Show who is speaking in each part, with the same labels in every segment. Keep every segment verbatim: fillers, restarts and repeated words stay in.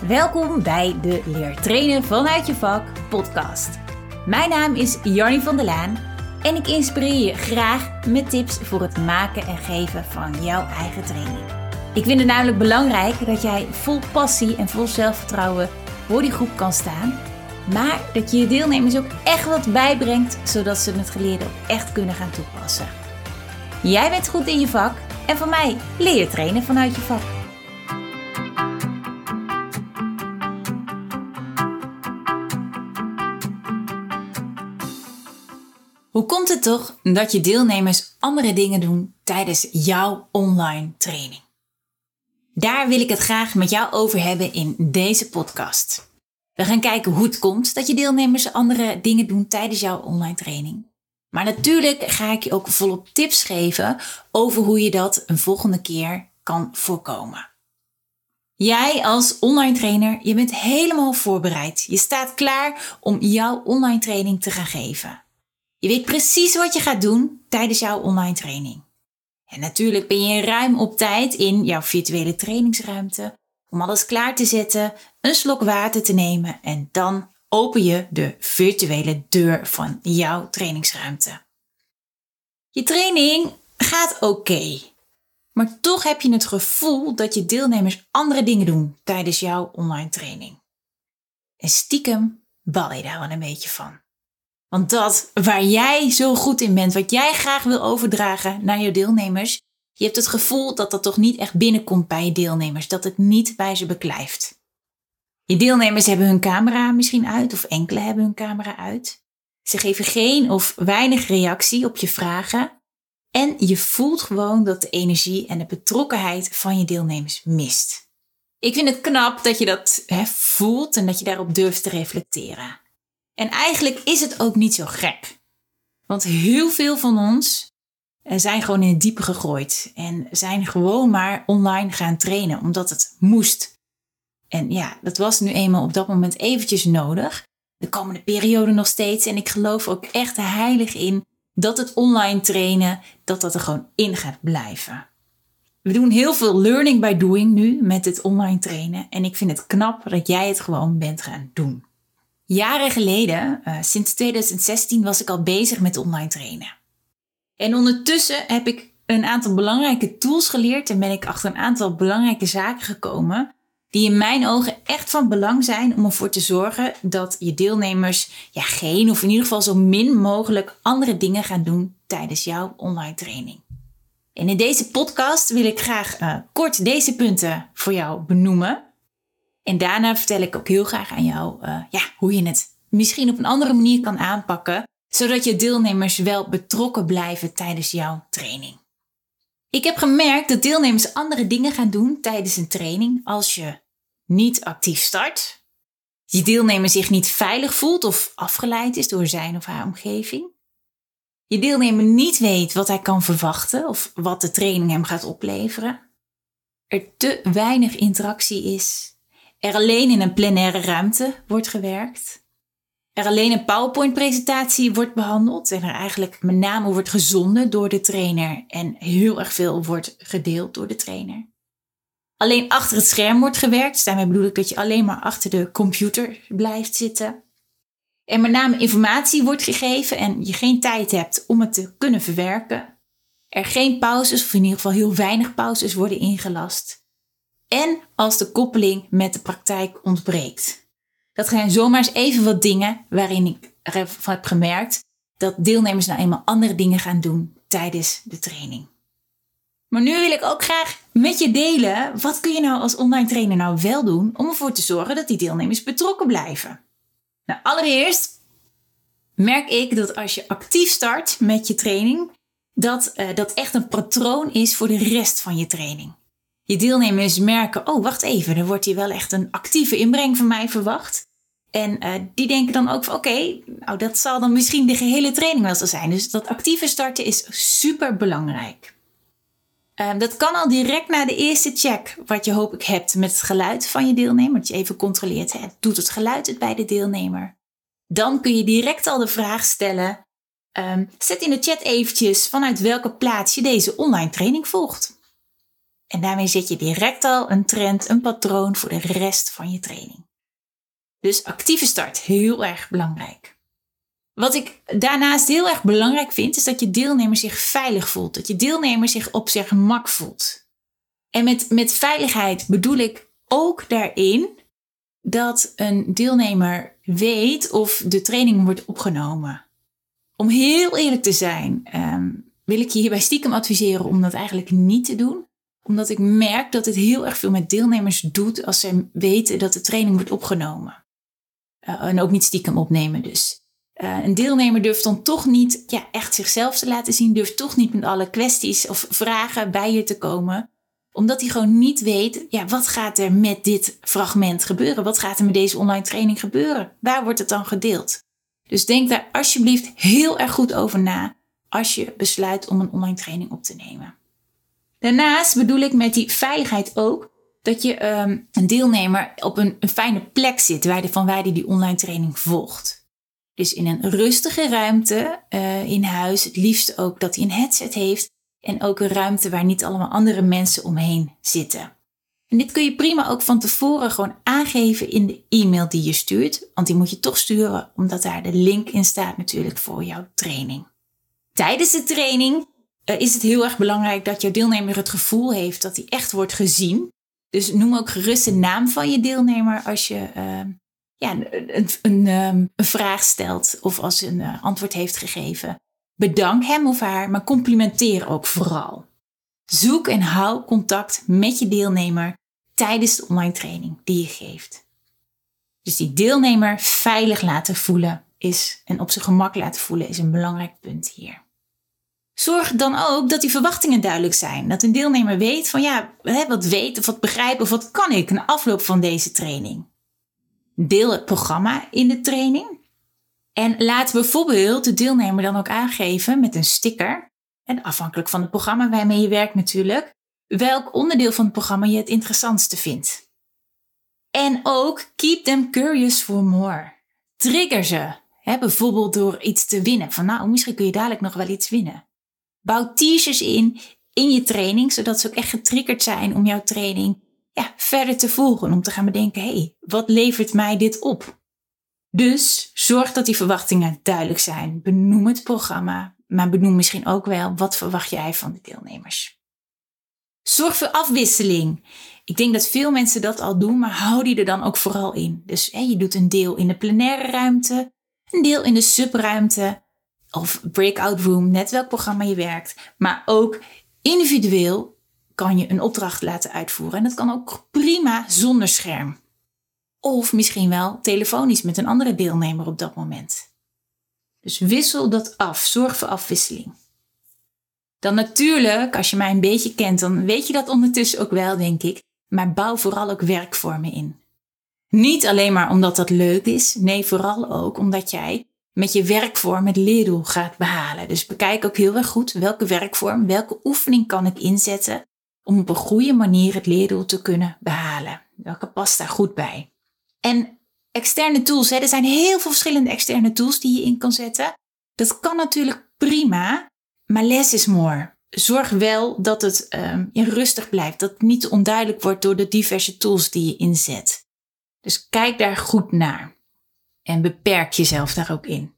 Speaker 1: Welkom bij de Leer Trainen vanuit je vak podcast. Mijn naam is Jarnie van der Laan en ik inspireer je graag met tips voor het maken en geven van jouw eigen training. Ik vind het namelijk belangrijk dat jij vol passie en vol zelfvertrouwen voor die groep kan staan, maar dat je je deelnemers ook echt wat bijbrengt, zodat ze het geleerde ook echt kunnen gaan toepassen. Jij bent goed in je vak en van mij leer je trainen vanuit je vak. Hoe komt het toch dat je deelnemers andere dingen doen tijdens jouw online training? Daar wil ik het graag met jou over hebben in deze podcast. We gaan kijken hoe het komt dat je deelnemers andere dingen doen tijdens jouw online training. Maar natuurlijk ga ik je ook volop tips geven over hoe je dat een volgende keer kan voorkomen. Jij als online trainer, je bent helemaal voorbereid. Je staat klaar om jouw online training te gaan geven. Je weet precies wat je gaat doen tijdens jouw online training. En natuurlijk ben je ruim op tijd in jouw virtuele trainingsruimte om alles klaar te zetten, een slok water te nemen en dan open je de virtuele deur van jouw trainingsruimte. Je training gaat oké, maar toch heb je het gevoel dat je deelnemers andere dingen doen tijdens jouw online training. En stiekem bal je daar wel een beetje van. Want dat waar jij zo goed in bent, wat jij graag wil overdragen naar je deelnemers, je hebt het gevoel dat dat toch niet echt binnenkomt bij je deelnemers, dat het niet bij ze beklijft. Je deelnemers hebben hun camera misschien uit of enkele hebben hun camera uit. Ze geven geen of weinig reactie op je vragen en je voelt gewoon dat de energie en de betrokkenheid van je deelnemers mist. Ik vind het knap dat je dat hè, voelt en dat je daarop durft te reflecteren. En eigenlijk is het ook niet zo gek. Want heel veel van ons zijn gewoon in het diepe gegooid. En zijn gewoon maar online gaan trainen, omdat het moest. En ja, dat was nu eenmaal op dat moment eventjes nodig. De komende periode nog steeds. En ik geloof ook echt heilig in dat het online trainen, dat dat er gewoon in gaat blijven. We doen heel veel learning by doing nu met het online trainen. En ik vind het knap dat jij het gewoon bent gaan doen. Jaren geleden, uh, sinds twintig zestien, was ik al bezig met online trainen. En ondertussen heb ik een aantal belangrijke tools geleerd en ben ik achter een aantal belangrijke zaken gekomen die in mijn ogen echt van belang zijn om ervoor te zorgen dat je deelnemers ja, geen of in ieder geval zo min mogelijk andere dingen gaan doen tijdens jouw online training. En in deze podcast wil ik graag uh, kort deze punten voor jou benoemen. En daarna vertel ik ook heel graag aan jou uh, ja, hoe je het misschien op een andere manier kan aanpakken, zodat je deelnemers wel betrokken blijven tijdens jouw training. Ik heb gemerkt dat deelnemers andere dingen gaan doen tijdens een training als je niet actief start, je deelnemer zich niet veilig voelt of afgeleid is door zijn of haar omgeving, je deelnemer niet weet wat hij kan verwachten of wat de training hem gaat opleveren, er te weinig interactie is, er alleen in een plenaire ruimte wordt gewerkt, er alleen een PowerPoint-presentatie wordt behandeld en er eigenlijk met name wordt gezonden door de trainer en heel erg veel wordt gedeeld door de trainer. Alleen achter het scherm wordt gewerkt, daarmee bedoel ik dat je alleen maar achter de computer blijft zitten. En met name informatie wordt gegeven en je geen tijd hebt om het te kunnen verwerken. Er geen pauzes, of in ieder geval heel weinig pauzes worden ingelast. En als de koppeling met de praktijk ontbreekt. Dat zijn zomaar eens even wat dingen waarin ik ervan heb gemerkt dat deelnemers nou eenmaal andere dingen gaan doen tijdens de training. Maar nu wil ik ook graag met je delen, wat kun je nou als online trainer nou wel doen om ervoor te zorgen dat die deelnemers betrokken blijven? Nou, allereerst merk ik dat als je actief start met je training, dat uh, dat echt een patroon is voor de rest van je training. Je deelnemers merken, oh wacht even, er wordt hier wel echt een actieve inbreng van mij verwacht. En uh, die denken dan ook van oké, okay, nou dat zal dan misschien de gehele training wel zo zijn. Dus dat actieve starten is super belangrijk. Uh, dat kan al direct na de eerste check wat je hopelijk hebt met het geluid van je deelnemer. Dat je even controleert, hè, doet het geluid het bij de deelnemer? Dan kun je direct al de vraag stellen, um, zet in de chat eventjes vanuit welke plaats je deze online training volgt. En daarmee zet je direct al een trend, een patroon voor de rest van je training. Dus actieve start, heel erg belangrijk. Wat ik daarnaast heel erg belangrijk vind, is dat je deelnemer zich veilig voelt. Dat je deelnemer zich op zijn gemak voelt. En met, met veiligheid bedoel ik ook daarin dat een deelnemer weet of de training wordt opgenomen. Om heel eerlijk te zijn, um, wil ik je hierbij stiekem adviseren om dat eigenlijk niet te doen. Omdat ik merk dat het heel erg veel met deelnemers doet als ze weten dat de training wordt opgenomen. Uh, en ook niet stiekem opnemen dus. Uh, een deelnemer durft dan toch niet ja, echt zichzelf te laten zien. Durft toch niet met alle kwesties of vragen bij je te komen. Omdat hij gewoon niet weet, ja, wat gaat er met dit fragment gebeuren? Wat gaat er met deze online training gebeuren? Waar wordt het dan gedeeld? Dus denk daar alsjeblieft heel erg goed over na als je besluit om een online training op te nemen. Daarnaast bedoel ik met die veiligheid ook dat je um, een deelnemer op een, een fijne plek zit waar die, van waar hij die, die online training volgt. Dus in een rustige ruimte uh, in huis, het liefst ook dat hij een headset heeft en ook een ruimte waar niet allemaal andere mensen omheen zitten. En dit kun je prima ook van tevoren gewoon aangeven in de e-mail die je stuurt, want die moet je toch sturen omdat daar de link in staat natuurlijk voor jouw training. Tijdens de training uh, is het heel erg belangrijk dat jouw deelnemer het gevoel heeft dat hij echt wordt gezien. Dus noem ook gerust de naam van je deelnemer als je uh, ja, een, een, een, um, een vraag stelt of als hij een uh, antwoord heeft gegeven. Bedank hem of haar, maar complimenteer ook vooral. Zoek en hou contact met je deelnemer tijdens de online training die je geeft. Dus die deelnemer veilig laten voelen is en op zijn gemak laten voelen is een belangrijk punt hier. Zorg dan ook dat die verwachtingen duidelijk zijn. Dat een deelnemer weet van ja, wat weet of wat begrijp of wat kan ik na afloop van deze training. Deel het programma in de training. En laat bijvoorbeeld de deelnemer dan ook aangeven met een sticker. En afhankelijk van het programma waarmee je werkt natuurlijk. Welk onderdeel van het programma je het interessantste vindt. En ook keep them curious for more. Trigger ze. Hè, bijvoorbeeld door iets te winnen. Van nou, misschien kun je dadelijk nog wel iets winnen. Bouw teasers in, in je training, zodat ze ook echt getriggerd zijn om jouw training ja, verder te volgen. Om te gaan bedenken, hé, hey, wat levert mij dit op? Dus zorg dat die verwachtingen duidelijk zijn. Benoem het programma, maar benoem misschien ook wel wat verwacht jij van de deelnemers. Zorg voor afwisseling. Ik denk dat veel mensen dat al doen, maar hou die er dan ook vooral in. Dus hé, je doet een deel in de plenaire ruimte, een deel in de subruimte of breakout room, net welk programma je werkt. Maar ook individueel kan je een opdracht laten uitvoeren. En dat kan ook prima zonder scherm. Of misschien wel telefonisch met een andere deelnemer op dat moment. Dus wissel dat af. Zorg voor afwisseling. Dan natuurlijk, als je mij een beetje kent, dan weet je dat ondertussen ook wel, denk ik. Maar bouw vooral ook werkvormen in. Niet alleen maar omdat dat leuk is. Nee, vooral ook omdat jij met je werkvorm het leerdoel gaat behalen. Dus bekijk ook heel erg goed welke werkvorm, welke oefening kan ik inzetten om op een goede manier het leerdoel te kunnen behalen. Welke past daar goed bij? En externe tools, hè, er zijn heel veel verschillende externe tools die je in kan zetten. Dat kan natuurlijk prima, maar less is more. Zorg wel dat het um, rustig blijft, dat het niet te onduidelijk wordt door de diverse tools die je inzet. Dus kijk daar goed naar en beperk jezelf daar ook in.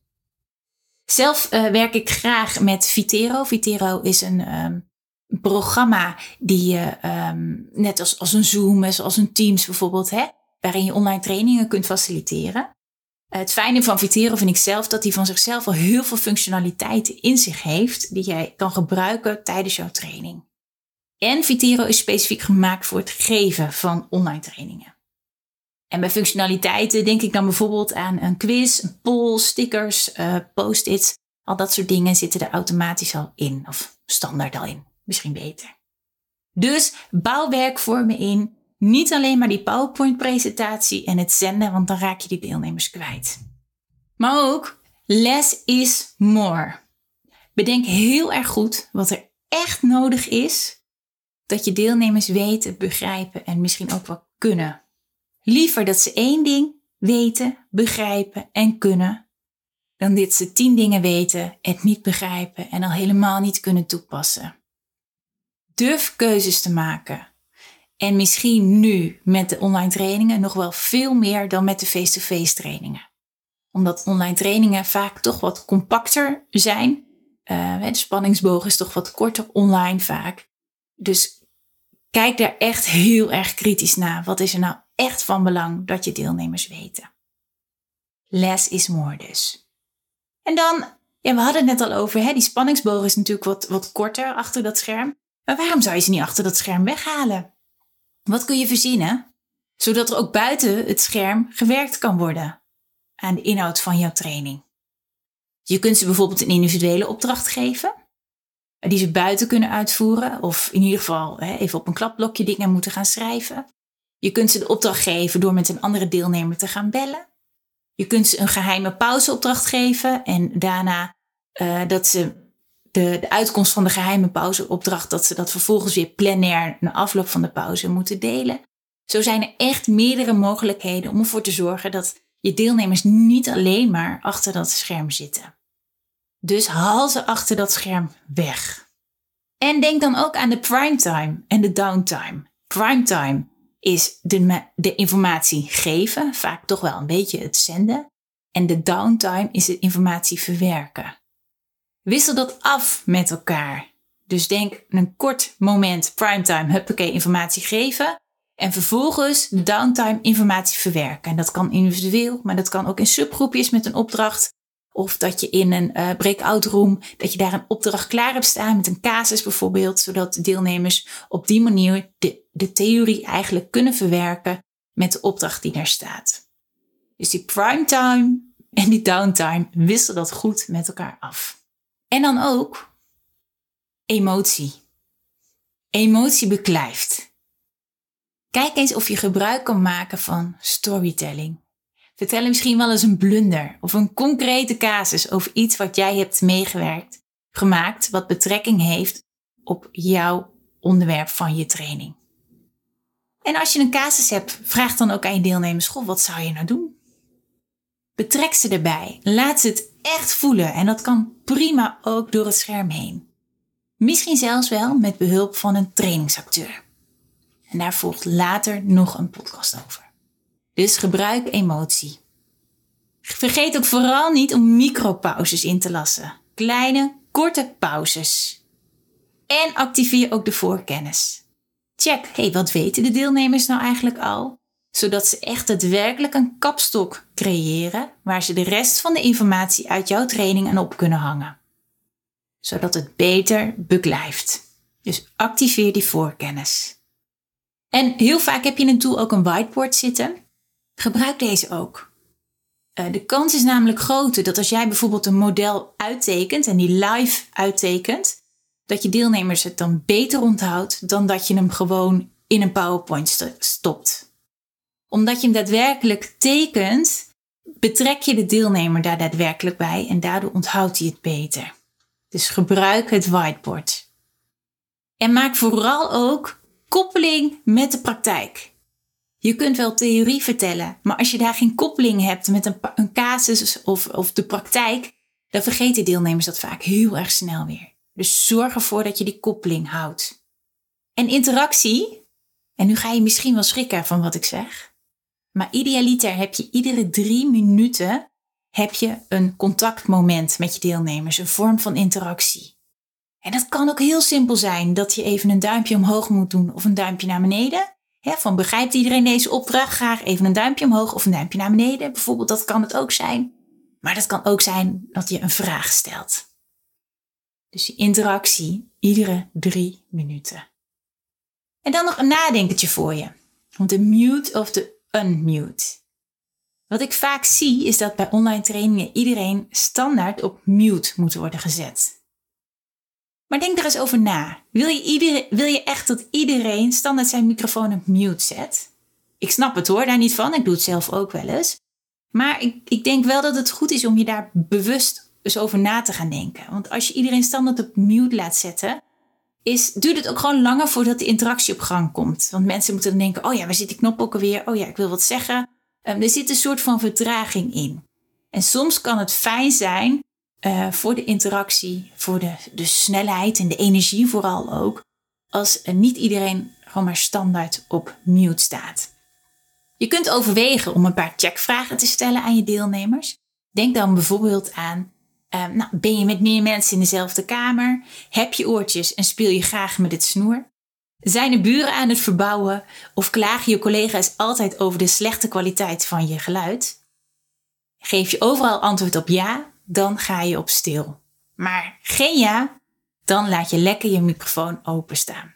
Speaker 1: Zelf uh, werk ik graag met Vitero. Vitero is een um, programma die je, um, net als, als een Zoom, zoals een Teams bijvoorbeeld, hè, waarin je online trainingen kunt faciliteren. Uh, het fijne van Vitero vind ik zelf dat hij van zichzelf al heel veel functionaliteiten in zich heeft die jij kan gebruiken tijdens jouw training. En Vitero is specifiek gemaakt voor het geven van online trainingen. En bij functionaliteiten denk ik dan bijvoorbeeld aan een quiz, een poll, stickers, uh, post-its. Al dat soort dingen zitten er automatisch al in. Of standaard al in. Misschien beter. Dus bouw werkvormen in. Niet alleen maar die PowerPoint-presentatie en het zenden, want dan raak je die deelnemers kwijt. Maar ook less is more. Bedenk heel erg goed wat er echt nodig is. Dat je deelnemers weten, begrijpen en misschien ook wel kunnen. Liever dat ze één ding weten, begrijpen en kunnen, dan dat ze tien dingen weten, het niet begrijpen en al helemaal niet kunnen toepassen. Durf keuzes te maken. En misschien nu met de online trainingen nog wel veel meer dan met de face-to-face trainingen. Omdat online trainingen vaak toch wat compacter zijn. Uh, de spanningsboog is toch wat korter online vaak. Dus kijk daar echt heel erg kritisch naar. Wat is er nou echt van belang dat je deelnemers weten? Less is more dus. En dan, ja, we hadden het net al over, hè, die spanningsboog is natuurlijk wat, wat korter achter dat scherm. Maar waarom zou je ze niet achter dat scherm weghalen? Wat kun je verzinnen, zodat er ook buiten het scherm gewerkt kan worden aan de inhoud van jouw training? Je kunt ze bijvoorbeeld een individuele opdracht geven, die ze buiten kunnen uitvoeren, of in ieder geval hè, even op een klapblokje dingen moeten gaan schrijven. Je kunt ze de opdracht geven door met een andere deelnemer te gaan bellen. Je kunt ze een geheime pauzeopdracht geven en daarna uh, dat ze de, de uitkomst van de geheime pauzeopdracht, dat ze dat vervolgens weer plenair na afloop van de pauze moeten delen. Zo zijn er echt meerdere mogelijkheden om ervoor te zorgen dat je deelnemers niet alleen maar achter dat scherm zitten. Dus haal ze achter dat scherm weg. En denk dan ook aan de primetime en de downtime. Primetime is de, de informatie geven, vaak toch wel een beetje het zenden. En de downtime is de informatie verwerken. Wissel dat af met elkaar. Dus denk een kort moment primetime, huppakee, informatie geven. En vervolgens downtime, informatie verwerken. En dat kan individueel, maar dat kan ook in subgroepjes met een opdracht. Of dat je in een uh, breakout room, dat je daar een opdracht klaar hebt staan met een casus bijvoorbeeld. Zodat de deelnemers op die manier de, de theorie eigenlijk kunnen verwerken met de opdracht die daar staat. Dus die primetime en die downtime, wissel dat goed met elkaar af. En dan ook emotie. Emotie beklijft. Kijk eens of je gebruik kan maken van storytelling. Vertel misschien wel eens een blunder of een concrete casus over iets wat jij hebt meegewerkt, gemaakt, wat betrekking heeft op jouw onderwerp van je training. En als je een casus hebt, vraag dan ook aan je deelnemers, goh, wat zou je nou doen? Betrek ze erbij. Laat ze het echt voelen en dat kan prima ook door het scherm heen. Misschien zelfs wel met behulp van een trainingsacteur. En daar volgt later nog een podcast over. Dus gebruik emotie. Vergeet ook vooral niet om micropauzes in te lassen. Kleine, korte pauzes. En activeer ook de voorkennis. Check, hey, wat weten de deelnemers nou eigenlijk al? Zodat ze echt daadwerkelijk een kapstok creëren waar ze de rest van de informatie uit jouw training aan op kunnen hangen. Zodat het beter beklijft. Dus activeer die voorkennis. En heel vaak heb je in een tool ook een whiteboard zitten. Gebruik deze ook. Uh, de kans is namelijk groter dat als jij bijvoorbeeld een model uittekent en die live uittekent, dat je deelnemers het dan beter onthoudt dan dat je hem gewoon in een PowerPoint st- stopt. Omdat je hem daadwerkelijk tekent, betrek je de deelnemer daar daadwerkelijk bij en daardoor onthoudt hij het beter. Dus gebruik het whiteboard. En maak vooral ook koppeling met de praktijk. Je kunt wel theorie vertellen, maar als je daar geen koppeling hebt met een, een casus of, of de praktijk, dan vergeten deelnemers dat vaak heel erg snel weer. Dus zorg ervoor dat je die koppeling houdt. En interactie, en nu ga je misschien wel schrikken van wat ik zeg, maar idealiter heb je iedere drie minuten heb je een contactmoment met je deelnemers, een vorm van interactie. En dat kan ook heel simpel zijn, dat je even een duimpje omhoog moet doen of een duimpje naar beneden. He, van begrijpt iedereen deze opdracht? Graag even een duimpje omhoog of een duimpje naar beneden. Bijvoorbeeld, dat kan het ook zijn. Maar dat kan ook zijn dat je een vraag stelt. Dus die interactie iedere drie minuten. En dan nog een nadenkertje voor je. Want de mute of de unmute. Wat ik vaak zie is dat bij online trainingen iedereen standaard op mute moet worden gezet. Maar denk er eens over na. Wil je, iedereen, wil je echt dat iedereen standaard zijn microfoon op mute zet? Ik snap het hoor, daar niet van. Ik doe het zelf ook wel eens. Maar ik, ik denk wel dat het goed is om je daar bewust eens over na te gaan denken. Want als je iedereen standaard op mute laat zetten, is, duurt het ook gewoon langer voordat de interactie op gang komt. Want mensen moeten dan denken, oh ja, waar zit die knop ook alweer? Oh ja, ik wil wat zeggen. Um, er zit een soort van vertraging in. En soms kan het fijn zijn uh, voor de interactie, voor de, de snelheid en de energie vooral ook, als niet iedereen gewoon maar standaard op mute staat. Je kunt overwegen om een paar checkvragen te stellen aan je deelnemers. Denk dan bijvoorbeeld aan, uh, nou, ben je met meer mensen in dezelfde kamer? Heb je oortjes en speel je graag met het snoer? Zijn de buren aan het verbouwen of klagen je collega's altijd over de slechte kwaliteit van je geluid? Geef je overal antwoord op ja, dan ga je op stil. Maar geen ja, dan laat je lekker je microfoon openstaan.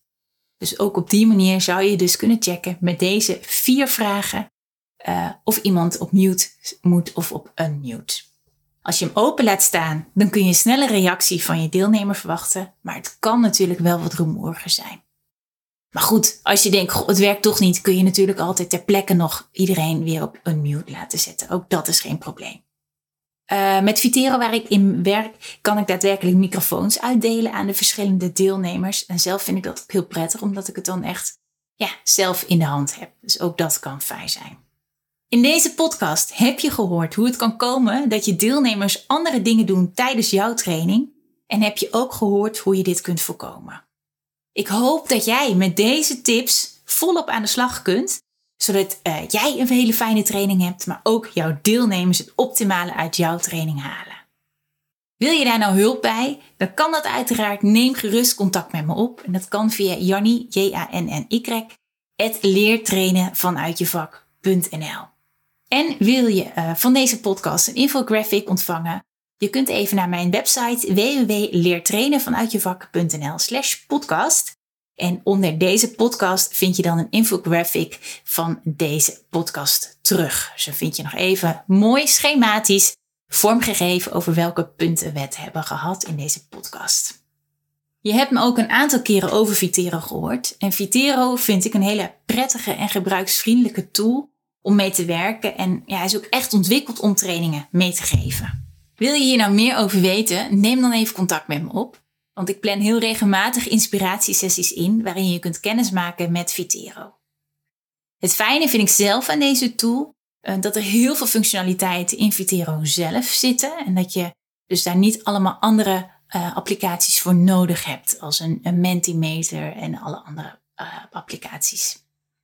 Speaker 1: Dus ook op die manier zou je dus kunnen checken met deze vier vragen uh, of iemand op mute moet of op unmute. Als je hem open laat staan, dan kun je een snelle reactie van je deelnemer verwachten, maar het kan natuurlijk wel wat rumoeriger zijn. Maar goed, als je denkt, goh, het werkt toch niet, kun je natuurlijk altijd ter plekke nog iedereen weer op unmute laten zetten. Ook dat is geen probleem. Uh, met Vitero, waar ik in werk, kan ik daadwerkelijk microfoons uitdelen aan de verschillende deelnemers. En zelf vind ik dat ook heel prettig, omdat ik het dan echt ja, zelf in de hand heb. Dus ook dat kan fijn zijn. In deze podcast heb je gehoord hoe het kan komen dat je deelnemers andere dingen doen tijdens jouw training. En heb je ook gehoord hoe je dit kunt voorkomen. Ik hoop dat jij met deze tips volop aan de slag kunt, zodat uh, jij een hele fijne training hebt, maar ook jouw deelnemers het optimale uit jouw training halen. Wil je daar nou hulp bij? Dan kan dat uiteraard. Neem gerust contact met me op. En dat kan via Jannie, J A N N Y, at leertrainen vanuit je vak punt n l. En wil je uh, van deze podcast een infographic ontvangen? Je kunt even naar mijn website w w w punt leertrainen vanuit je vak punt n l slash podcast. En onder deze podcast vind je dan een infographic van deze podcast terug. Dus dan vind je nog even mooi schematisch vormgegeven over welke punten we het hebben gehad in deze podcast. Je hebt me ook een aantal keren over Vitero gehoord. En Vitero vind ik een hele prettige en gebruiksvriendelijke tool om mee te werken. En ja, hij is ook echt ontwikkeld om trainingen mee te geven. Wil je hier nou meer over weten? Neem dan even contact met me op. Want ik plan heel regelmatig inspiratiesessies in waarin je kunt kennismaken met Vitero. Het fijne vind ik zelf aan deze tool uh, dat er heel veel functionaliteiten in Vitero zelf zitten. En dat je dus daar niet allemaal andere uh, applicaties voor nodig hebt. Als een, een Mentimeter en alle andere uh, applicaties.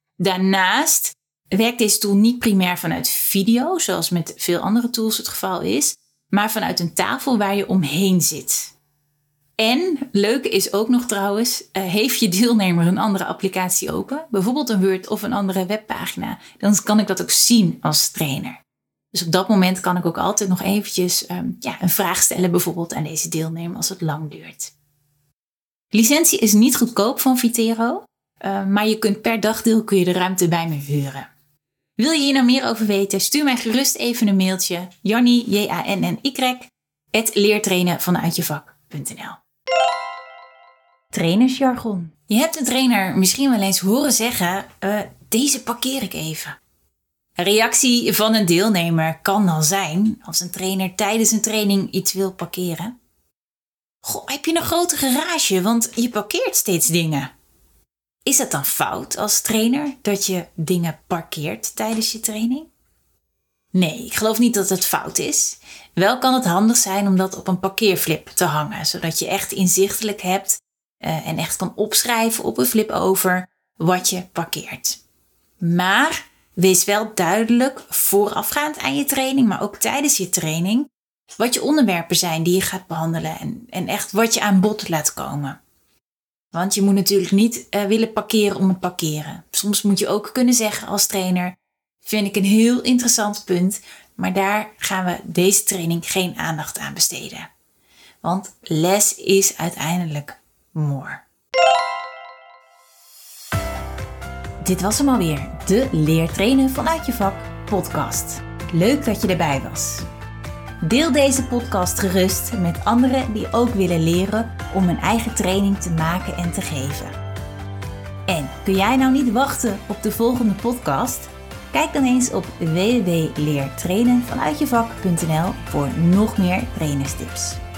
Speaker 1: Daarnaast werkt deze tool niet primair vanuit video, zoals met veel andere tools het geval is. Maar vanuit een tafel waar je omheen zit. En, leuke is ook nog trouwens, uh, heeft je deelnemer een andere applicatie open, bijvoorbeeld een Word of een andere webpagina, dan kan ik dat ook zien als trainer. Dus op dat moment kan ik ook altijd nog eventjes um, ja, een vraag stellen, bijvoorbeeld aan deze deelnemer als het lang duurt. Licentie is niet goedkoop van Vitero, uh, maar je kunt per dagdeel kun je de ruimte bij me huren. Wil je hier nou meer over weten, stuur mij gerust even een mailtje, Jannie, J A N N Y, at leertrainen vanuit je vak punt n l. Trainersjargon. Je hebt een trainer misschien wel eens horen zeggen, uh, deze parkeer ik even. Een reactie van een deelnemer kan al zijn, als een trainer tijdens een training iets wil parkeren. Goh, heb je een grote garage, want je parkeert steeds dingen. Is het dan fout als trainer dat je dingen parkeert tijdens je training? Nee, ik geloof niet dat het fout is. Wel kan het handig zijn om dat op een parkeerflip te hangen, zodat je echt inzichtelijk hebt uh, en echt kan opschrijven op een flip over wat je parkeert. Maar wees wel duidelijk voorafgaand aan je training, maar ook tijdens je training, wat je onderwerpen zijn die je gaat behandelen en, en echt wat je aan bod laat komen. Want je moet natuurlijk niet uh, willen parkeren om het parkeren. Soms moet je ook kunnen zeggen als trainer, vind ik een heel interessant punt, maar daar gaan we deze training geen aandacht aan besteden. Want less is uiteindelijk more. Dit was hem alweer, de Leer Trainen vanuit je vak podcast. Leuk dat je erbij was. Deel deze podcast gerust met anderen die ook willen leren om een eigen training te maken en te geven. En kun jij nou niet wachten op de volgende podcast? Kijk dan eens op w w w punt leertrainen vanuit je vak punt n l voor nog meer trainerstips.